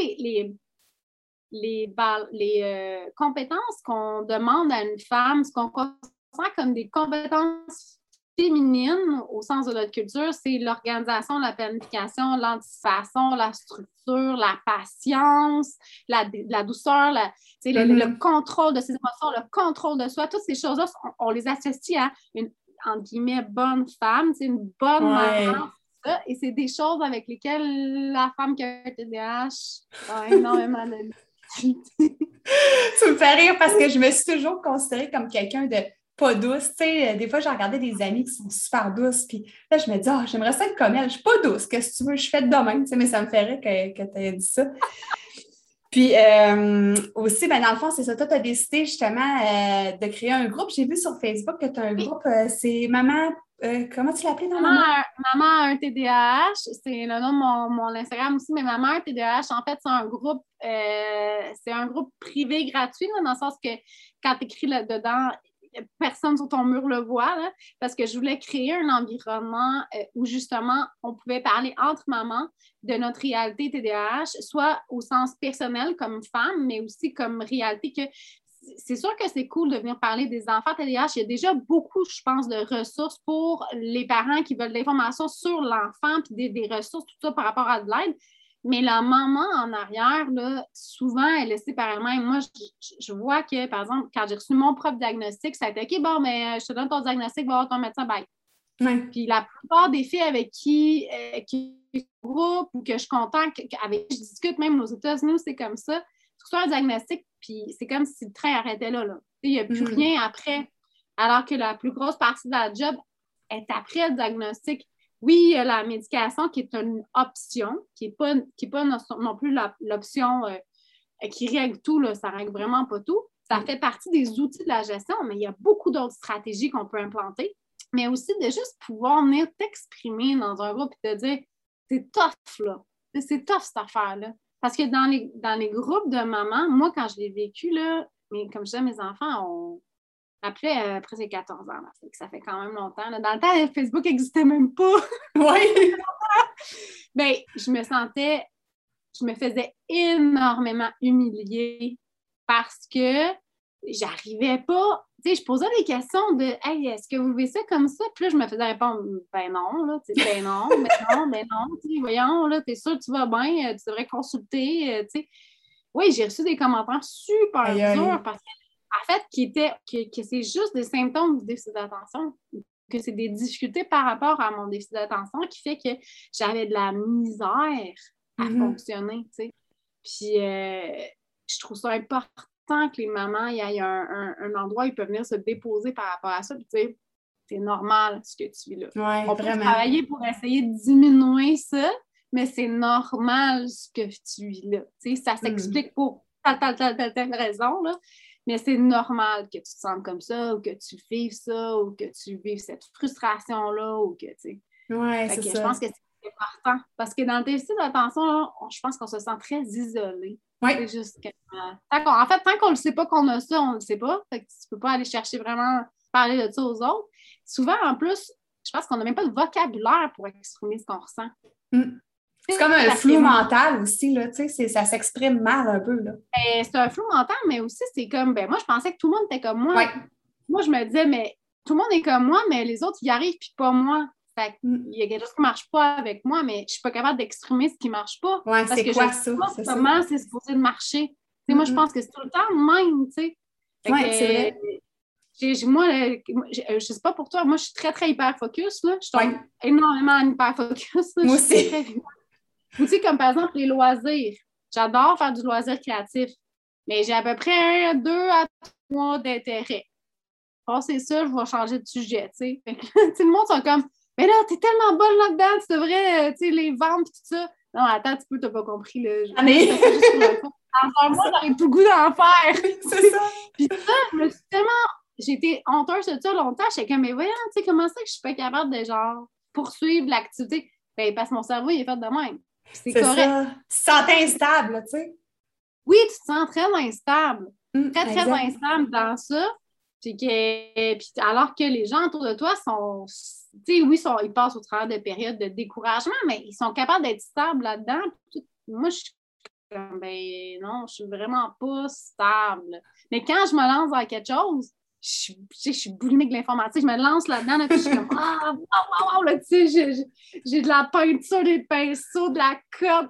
les compétences qu'on demande à une femme, ce qu'on considère comme des compétences féminines au sens de notre culture, c'est l'organisation, la planification, l'anticipation, la structure, la patience, la douceur, le contrôle de ses émotions, le contrôle de soi. Toutes ces choses-là, on les associe à une, entre guillemets, bonne femme, une bonne maman. Et c'est des choses avec lesquelles la femme qui a un TDAH a énormément de difficultés. Ça me fait rire parce que je me suis toujours considérée comme quelqu'un de pas douce. Tu sais, des fois, j'ai regardé des amies qui sont super douces, puis là, je me dis, j'aimerais ça être comme elle. Je suis pas douce, qu'est-ce que tu veux, je fais de même, tu sais, mais ça me fait rire que tu aies dit ça. Puis aussi, dans le fond, c'est ça. Toi, tu as décidé justement de créer un groupe. J'ai vu sur Facebook que tu as un groupe, c'est Maman. Comment tu l'appelles dans Maman a un TDAH, c'est le nom de mon Instagram aussi, mais Maman a un TDAH, en fait, c'est un groupe privé gratuit, là, dans le sens que quand tu écris là-dedans, personne sur ton mur le voit, là, parce que je voulais créer un environnement où justement on pouvait parler entre mamans de notre réalité TDAH, soit au sens personnel comme femme, mais aussi comme réalité que c'est sûr que c'est cool de venir parler des enfants TDAH. Il y a déjà beaucoup, je pense, de ressources pour les parents qui veulent de l'information sur l'enfant, puis des ressources, tout ça par rapport à de l'aide. Mais la maman en arrière, là, souvent, elle est séparément. Et moi, je vois que, par exemple, quand j'ai reçu mon propre diagnostic, ça a été OK, bon, mais je te donne ton diagnostic, va voir ton médecin, bye. Ouais. Puis la plupart des filles avec qui je groupe ou que je contacte, avec qui je discute, même aux États-Unis, c'est comme ça. C'est un diagnostic, puis c'est comme si le train arrêtait là. Il n'y a plus rien après. Alors que la plus grosse partie de la job est après le diagnostic. Oui, il y a la médication qui est une option, qui n'est pas non plus l'option qui règle tout, là, ça ne règle vraiment pas tout. Ça fait partie des outils de la gestion, mais il y a beaucoup d'autres stratégies qu'on peut implanter. Mais aussi de juste pouvoir venir t'exprimer dans un groupe et te dire c'est tough, là. C'est tough, cette affaire-là. Parce que dans les groupes de mamans, moi, quand je l'ai vécu, là, mais comme je disais, mes enfants ont appelé presque 14 ans. Là, ça fait quand même longtemps. Là. Dans le temps, Facebook n'existait même pas. Oui! Bien, je me faisais énormément humilier parce que j'arrivais pas. Tu sais, je posais des questions de « Hey, est-ce que vous vivez ça comme ça? » Puis là, je me faisais répondre « Ben non, là, tu sais, ben non, tu sais, voyons, là, t'es sûr que tu vas bien, tu devrais consulter, tu sais. » Oui, j'ai reçu des commentaires super durs parce qu'en fait, que c'est juste des symptômes du déficit d'attention, que c'est des difficultés par rapport à mon déficit d'attention qui fait que j'avais de la misère à fonctionner, tu sais. Puis, je trouve ça important que les mamans, il y ait un endroit où ils peuvent venir se déposer par rapport à ça. Puis, tu sais, c'est normal ce que tu vis là. Ouais, on vraiment. peut travailler pour essayer de diminuer ça, mais c'est normal ce que tu vis là. Tu sais, ça s'explique pour telle raison, là. Mais c'est normal que tu te sentes comme ça, ou que tu vives ça, ou que tu vives cette frustration-là, ou que, tu sais. Oui, c'est ça. Je pense que c'est important. Parce que dans le déficit d'attention, là, je pense qu'on se sent très isolé. Oui. C'est juste que... tant qu'on ne le sait pas qu'on a ça, on ne le sait pas. Fait que tu ne peux pas aller chercher vraiment, parler de ça aux autres. souvent, en plus, je pense qu'on n'a même pas de vocabulaire pour exprimer ce qu'on ressent. C'est comme un flou mental aussi, là, tu sais, ça s'exprime mal un peu, là. C'est un flou mental, mais aussi, c'est comme, moi, je pensais que tout le monde était comme moi. Ouais. Moi, je me disais, mais tout le monde est comme moi, mais les autres, ils y arrivent, puis pas moi. Fait il y a quelque chose qui ne marche pas avec moi, mais je ne suis pas capable d'exprimer ce qui ne marche pas. Ouais, parce c'est que quoi je sais ça? pas comment c'est supposé de marcher. Moi, je pense que c'est tout le temps le même, tu sais. Oui, c'est vrai. Moi, je sais pas pour toi, moi, je suis très, très hyper focus, là. Je tombe énormément en hyper focus. Moi aussi. Ou tu sais, comme par exemple, les loisirs. J'adore faire du loisir créatif, mais j'ai à peu près 2 à 3 mois d'intérêt. C'est ça, je vais changer de sujet, tu sais. Le monde sont comme, mais là, t'es tellement bonne là-dedans, tu devrais, tu sais, les vendre et tout ça. Non, attends, t'as pas compris, là. Dans un mois, j'aurais tout le goût d'en faire. C'est ça. Puis ça, j'ai été honteuse de ça longtemps. J'étais comme, mais voyons, tu sais, comment ça que je suis pas capable de, genre, poursuivre l'activité? Ben, parce que mon cerveau, il est fait de même. C'est correct. Ça. Tu te sentais instable, tu sais. Oui, tu te sens très instable. Très, très exact. instable dans ça. Puis alors que les gens autour de toi sont, tu sais, oui, ils passent au travers de périodes de découragement, mais ils sont capables d'être stables là-dedans. Moi, je suis comme, ben non, je suis vraiment pas stable. Mais quand je me lance dans quelque chose, je suis boulimique de l'informatique, je me lance là-dedans, là, puis je suis comme, wow, là, tu sais, j'ai de la peinture, des pinceaux, de la corde,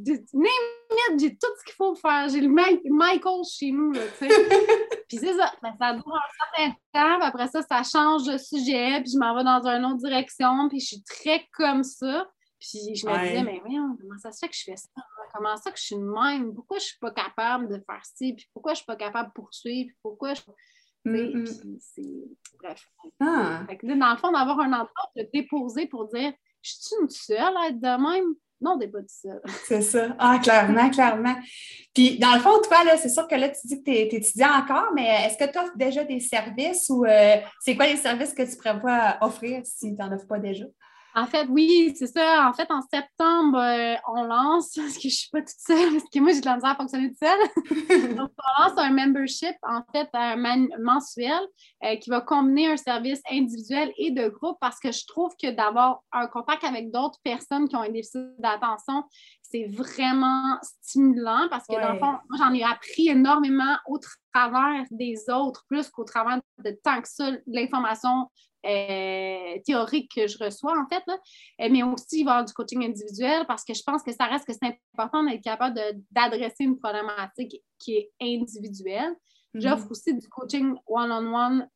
j'ai tout ce qu'il faut faire. J'ai le Michael chez nous, là, tu sais. Puis c'est ça, ça dure un certain temps, puis après ça change de sujet, puis je m'en vais dans une autre direction, puis je suis très comme ça. Puis je me disais, mais voyons, comment ça se fait que je fais ça? Comment ça que je suis de même? Pourquoi je suis pas capable de faire ci? Puis pourquoi je suis pas capable de poursuivre? Puis pourquoi je... Puis bref. Fait que, dans le fond, d'avoir un endroit de déposer pour dire, je suis une seule à être de même? Non, t'es pas tout seul. C'est ça. Ah, clairement, clairement. Puis, dans le fond, toi, là, c'est sûr que là, tu dis que tu es étudiant encore, mais est-ce que tu offres déjà des services ou c'est quoi les services que tu prévois offrir si tu n'en offres pas déjà? En fait, oui, c'est ça. En fait, en septembre, on lance, parce que je ne suis pas toute seule, parce que moi, j'ai de la misère à fonctionner toute seule. Donc, on lance un membership, en fait, mensuel, qui va combiner un service individuel et de groupe, parce que je trouve que d'avoir un contact avec d'autres personnes qui ont un déficit d'attention, c'est vraiment stimulant, parce que dans le fond, moi, j'en ai appris énormément au travers des autres, plus qu'au travers de tant que ça, de l'information théorique que je reçois, en fait, là. Mais aussi, il va y avoir du coaching individuel parce que je pense que ça reste que c'est important d'être capable d'adresser une problématique qui est individuelle. J'offre aussi du coaching one-on-one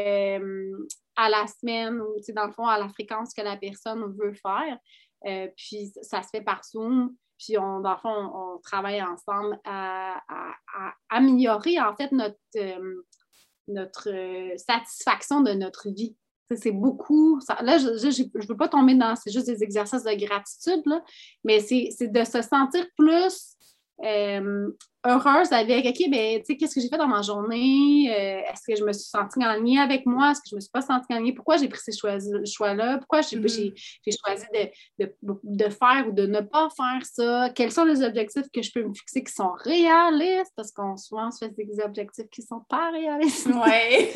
à la semaine ou, dans le fond, à la fréquence que la personne veut faire. Puis, ça se fait par Zoom. Puis, dans le fond, on travaille ensemble à améliorer, en fait, notre satisfaction de notre vie. C'est beaucoup. Là, je ne veux pas tomber dans. C'est juste des exercices de gratitude, là, mais c'est de se sentir plus heureuse avec, OK, bien, tu sais, qu'est-ce que j'ai fait dans ma journée? Est-ce que je me suis sentie gagnée avec moi? Est-ce que je ne me suis pas sentie gagnée? Pourquoi j'ai pris ces choix-là? Pourquoi j'ai choisi de faire ou de ne pas faire ça? Quels sont les objectifs que je peux me fixer qui sont réalistes? Parce qu'on souvent se fait des objectifs qui ne sont pas réalistes. Oui!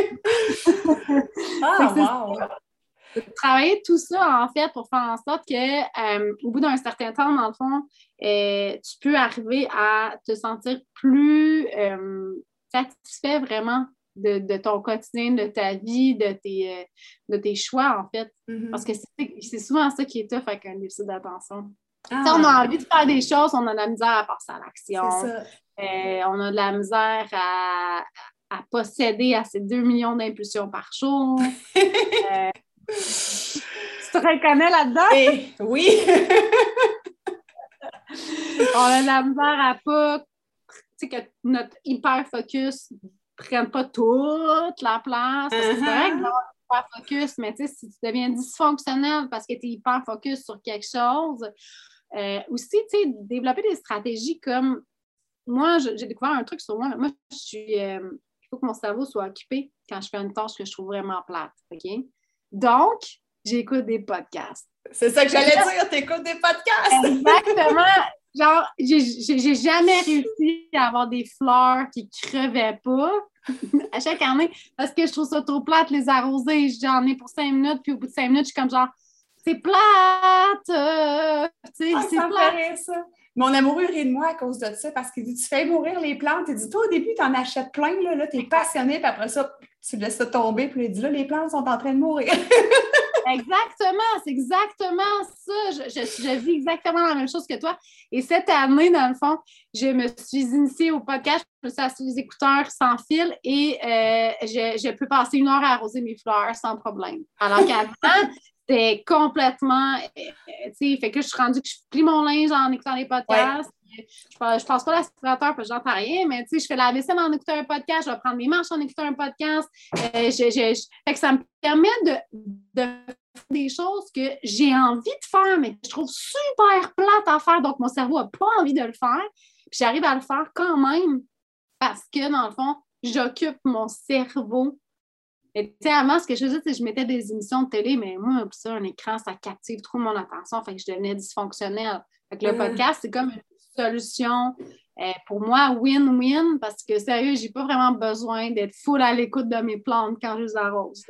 Wow! Travailler tout ça, en fait, pour faire en sorte qu'au bout d'un certain temps, dans le fond, tu peux arriver à te sentir plus satisfait vraiment de ton quotidien, de ta vie, de tes choix, en fait. Parce que c'est souvent ça qui est tough avec un déficit d'attention. On a envie de faire des choses, on a de la misère à passer à l'action. C'est ça. On a de la misère à posséder assez 2 millions d'impulsions par jour. Tu te reconnais là-dedans? Oui! On a de la misère à pas, tu sais, que notre hyper-focus ne prenne pas toute la place. Parce que c'est correct d'avoir hyper-focus, mais tu sais, si tu deviens dysfonctionnel parce que tu es hyper-focus sur quelque chose, aussi, tu sais, développer des stratégies comme, moi, j'ai découvert un truc sur moi. Moi, il faut que mon cerveau soit occupé quand je fais une tâche que je trouve vraiment plate, OK? Donc, j'écoute des podcasts. C'est ça que j'allais dire, t'écoutes des podcasts! Exactement! Genre, j'ai jamais réussi à avoir des fleurs qui crevaient pas à chaque année parce que je trouve ça trop plate les arroser. J'en ai pour 5 minutes, puis au bout de 5 minutes, je suis comme genre, c'est plate! Tu sais, c'est Ça me fait plate! rire, ça. Mon amoureux rit de moi à cause de ça parce qu'il dit, tu fais mourir les plantes. Il dit, toi, au début, tu en achètes plein, là tu es passionné, puis après ça, tu laisses ça tomber, puis il dit, là, les plantes sont en train de mourir. Exactement, c'est exactement ça. Je vis exactement la même chose que toi. Et cette année, dans le fond, je me suis initiée au podcast, je me suis assise les écouteurs sans fil et je peux passer 1 heure à arroser mes fleurs sans problème. Alors qu'avant, c'était complètement, tu sais, fait que je suis rendue que je plie mon linge en écoutant les podcasts. Ouais. Je passe pas l'aspirateur parce que j'entends rien, mais tu sais, je fais la vaisselle en écoutant un podcast, je vais prendre mes marches en écoutant un podcast. Fait que ça me permet de faire des choses que j'ai envie de faire, mais que je trouve super plate à faire, donc mon cerveau n'a pas envie de le faire. Puis j'arrive à le faire quand même parce que, dans le fond, j'occupe mon cerveau. Et tu sais, avant, ce que je faisais, c'est que je mettais des émissions de télé, mais moi, ça, un écran, ça captive trop mon attention, fait que je devenais dysfonctionnelle. Fait que le podcast, c'est comme une solution pour moi, win-win, parce que sérieux, j'ai pas vraiment besoin d'être full à l'écoute de mes plantes quand je les arrose.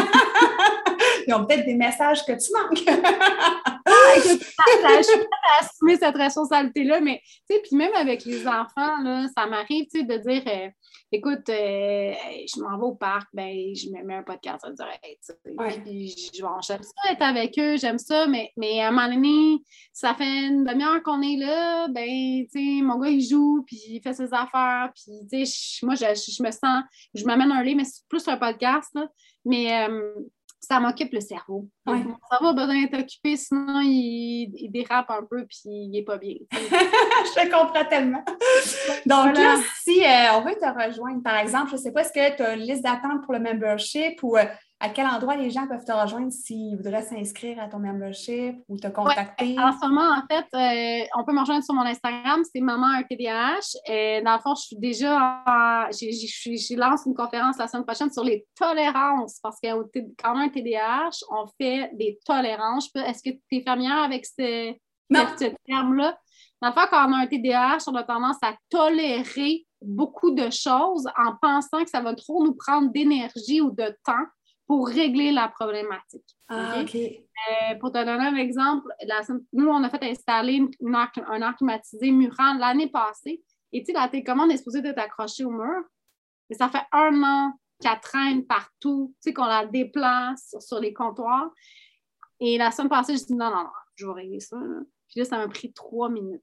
Ils ont peut-être des messages que tu manques. Écoute, je suis prête à assumer cette responsabilité-là, mais tu sais, puis même avec les enfants, là, ça m'arrive, tu sais, de dire écoute, je m'en vais au parc, ben je me mets un podcast à dire, hey, tu sais, puis j'aime ça être avec eux, j'aime ça, mais à un moment donné, ça fait une demi-heure qu'on est là, ben, tu sais, mon gars, il joue, puis il fait ses affaires, puis, tu sais, moi, je me sens, je m'amène un lit, mais c'est plus un podcast, là, mais ça m'occupe le cerveau. Ouais. Mon cerveau a besoin d'être occupé, sinon il dérape un peu puis il n'est pas bien. Je te comprends tellement. Donc là, si on veut te rejoindre, par exemple, je ne sais pas, est-ce que tu as une liste d'attente pour le membership ou à quel endroit les gens peuvent te rejoindre s'ils voudraient s'inscrire à ton membership ou te contacter? Ouais. En ce moment, en fait, on peut me rejoindre sur mon Instagram, c'est Maman un TDAH. Dans le fond, je suis déjà je lance une conférence la semaine prochaine sur les tolérances, parce que quand on a un TDAH, on fait des tolérances. Est-ce que tu es familière avec ce terme-là? Dans le fond, quand on a un TDAH, on a tendance à tolérer beaucoup de choses en pensant que ça va trop nous prendre d'énergie ou de temps pour régler la problématique. Ah, OK. Pour te donner un exemple, nous, on a fait installer un air climatisé murant l'année passée. Et tu sais, la télécommande est supposée être accrochée au mur. Mais ça fait 1 an qu'elle traîne partout, tu sais, qu'on la déplace sur les comptoirs. Et la semaine passée, je dis non, je vais régler ça. Là. Puis là, ça m'a pris 3 minutes.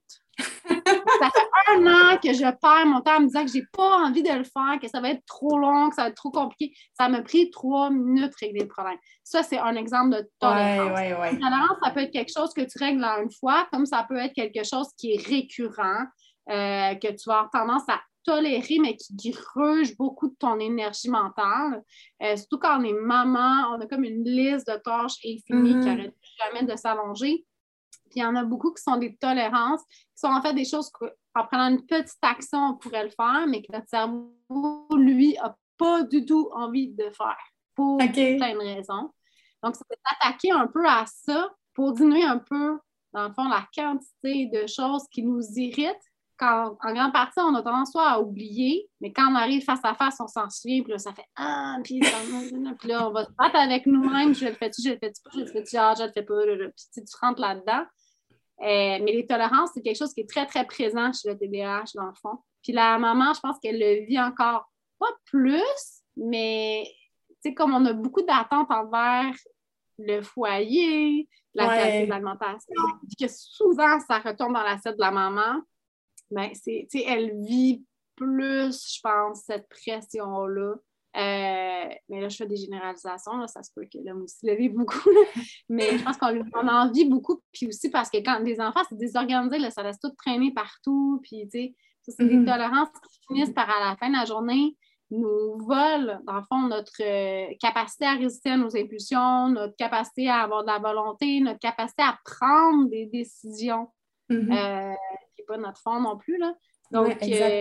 Ça fait 1 an que je perds mon temps en me disant que j'ai pas envie de le faire, que ça va être trop long, que ça va être trop compliqué. Ça m'a pris 3 minutes de régler le problème. Ça, c'est un exemple de tolérance. Ouais. Une tolérance, ça peut être quelque chose que tu règles en une fois, comme ça peut être quelque chose qui est récurrent, que tu vas avoir tendance à tolérer, mais qui gruge beaucoup de ton énergie mentale. Surtout quand on est maman, on a comme une liste de tâches infinies qui n'arrêtent jamais de s'allonger. Puis il y en a beaucoup qui sont des tolérances, qui sont en fait des choses qu'en prenant une petite action, on pourrait le faire, mais que notre cerveau, lui, n'a pas du tout envie de faire pour plein de raisons. Donc, c'est d'attaquer un peu à ça pour diminuer un peu, dans le fond, la quantité de choses qui nous irritent. Quand, en grande partie, on a tendance soit à oublier, mais quand on arrive face à face, on s'en souvient, puis là, ça fait « Ah! » Puis là, on va se battre avec nous-mêmes. Je le fais-tu, je le fais-tu pas, je le fais-tu, je le fais pas. Puis tu rentres là-dedans. Mais les tolérances, c'est quelque chose qui est très, très présent chez le TDAH, dans le fond. Puis la maman, je pense qu'elle le vit encore pas plus, mais tu sais, comme on a beaucoup d'attentes envers le foyer, la qualité de l'alimentation, puis que souvent, ça retombe dans l'assiette de la maman, bien, elle vit plus, je pense, cette pression-là. Mais là, je fais des généralisations, là, ça se peut que l'homme aussi le vit beaucoup, là. Mais je pense qu'on en vit beaucoup, puis aussi parce que quand les enfants, c'est désorganisé, là, ça laisse tout traîner partout, puis tu sais, c'est des tolérances qui finissent par, à la fin de la journée, nous volent, dans le fond, notre capacité à résister à nos impulsions, notre capacité à avoir de la volonté, notre capacité à prendre des décisions, qui n'est pas notre fond non plus, là. Donc,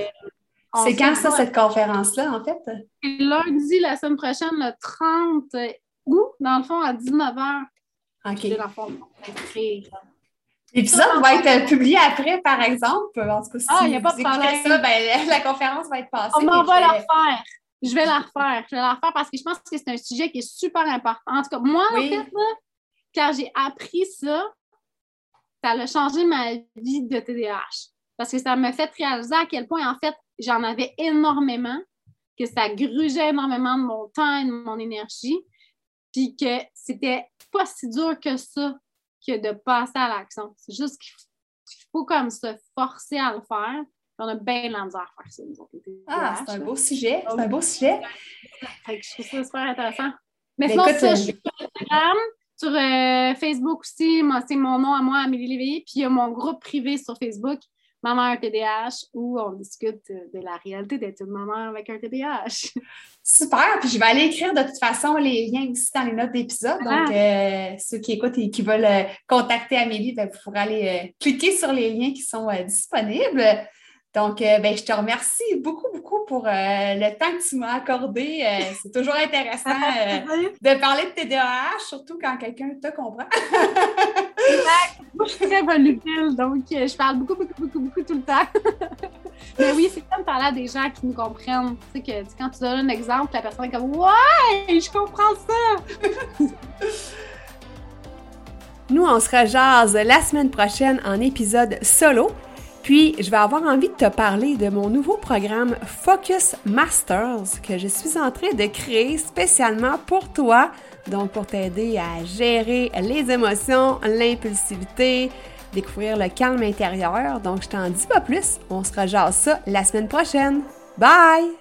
c'est quand ça, cette conférence-là, en fait? C'est lundi, la semaine prochaine, le 30 août, dans le fond, à 19h. OK. Dans le fond, on va s'inscrire. L'épisode va être publié après, par exemple. En tout cas, si il n'y a pas de problème. Ça, ben, la conférence va être passée. On va la refaire. Je vais la refaire parce que je pense que c'est un sujet qui est super important. En tout cas, moi, en fait, là, quand j'ai appris ça a changé ma vie de TDAH. Parce que ça m'a fait réaliser à quel point, en fait, j'en avais énormément, que ça grugeait énormément de mon temps et de mon énergie, puis que c'était pas si dur que ça que de passer à l'action. C'est juste qu'il faut comme se forcer à le faire. On a bien de la misère à faire ça, nous autres. C'est un beau sujet. C'est un beau sujet. Fait que je trouve ça super intéressant. Mais sinon, écoute, je suis sur Instagram, sur Facebook aussi. Moi, c'est mon nom à moi, Amélie Léveillé. Puis il y a mon groupe privé sur Facebook, Maman un TDAH, où on discute de la réalité d'être une maman avec un TDAH. Super! Puis je vais aller écrire de toute façon les liens aussi dans les notes d'épisode. Donc, ceux qui écoutent et qui veulent contacter Amélie, vous pourrez aller cliquer sur les liens qui sont disponibles. Donc, je te remercie beaucoup, beaucoup pour le temps que tu m'as accordé. C'est toujours intéressant de parler de TDAH, surtout quand quelqu'un te comprend. Exact. Moi, je suis très volubile, donc je parle beaucoup tout le temps. Mais oui, c'est comme parler à des gens qui nous comprennent. Tu sais que quand tu donnes un exemple, la personne est comme « Ouais, je comprends ça! » Nous, on se rejase la semaine prochaine en épisode solo. Puis, je vais avoir envie de te parler de mon nouveau programme Focus Masters que je suis en train de créer spécialement pour toi. Donc, pour t'aider à gérer les émotions, l'impulsivité, découvrir le calme intérieur. Donc, je t'en dis pas plus. On se rejase ça la semaine prochaine. Bye!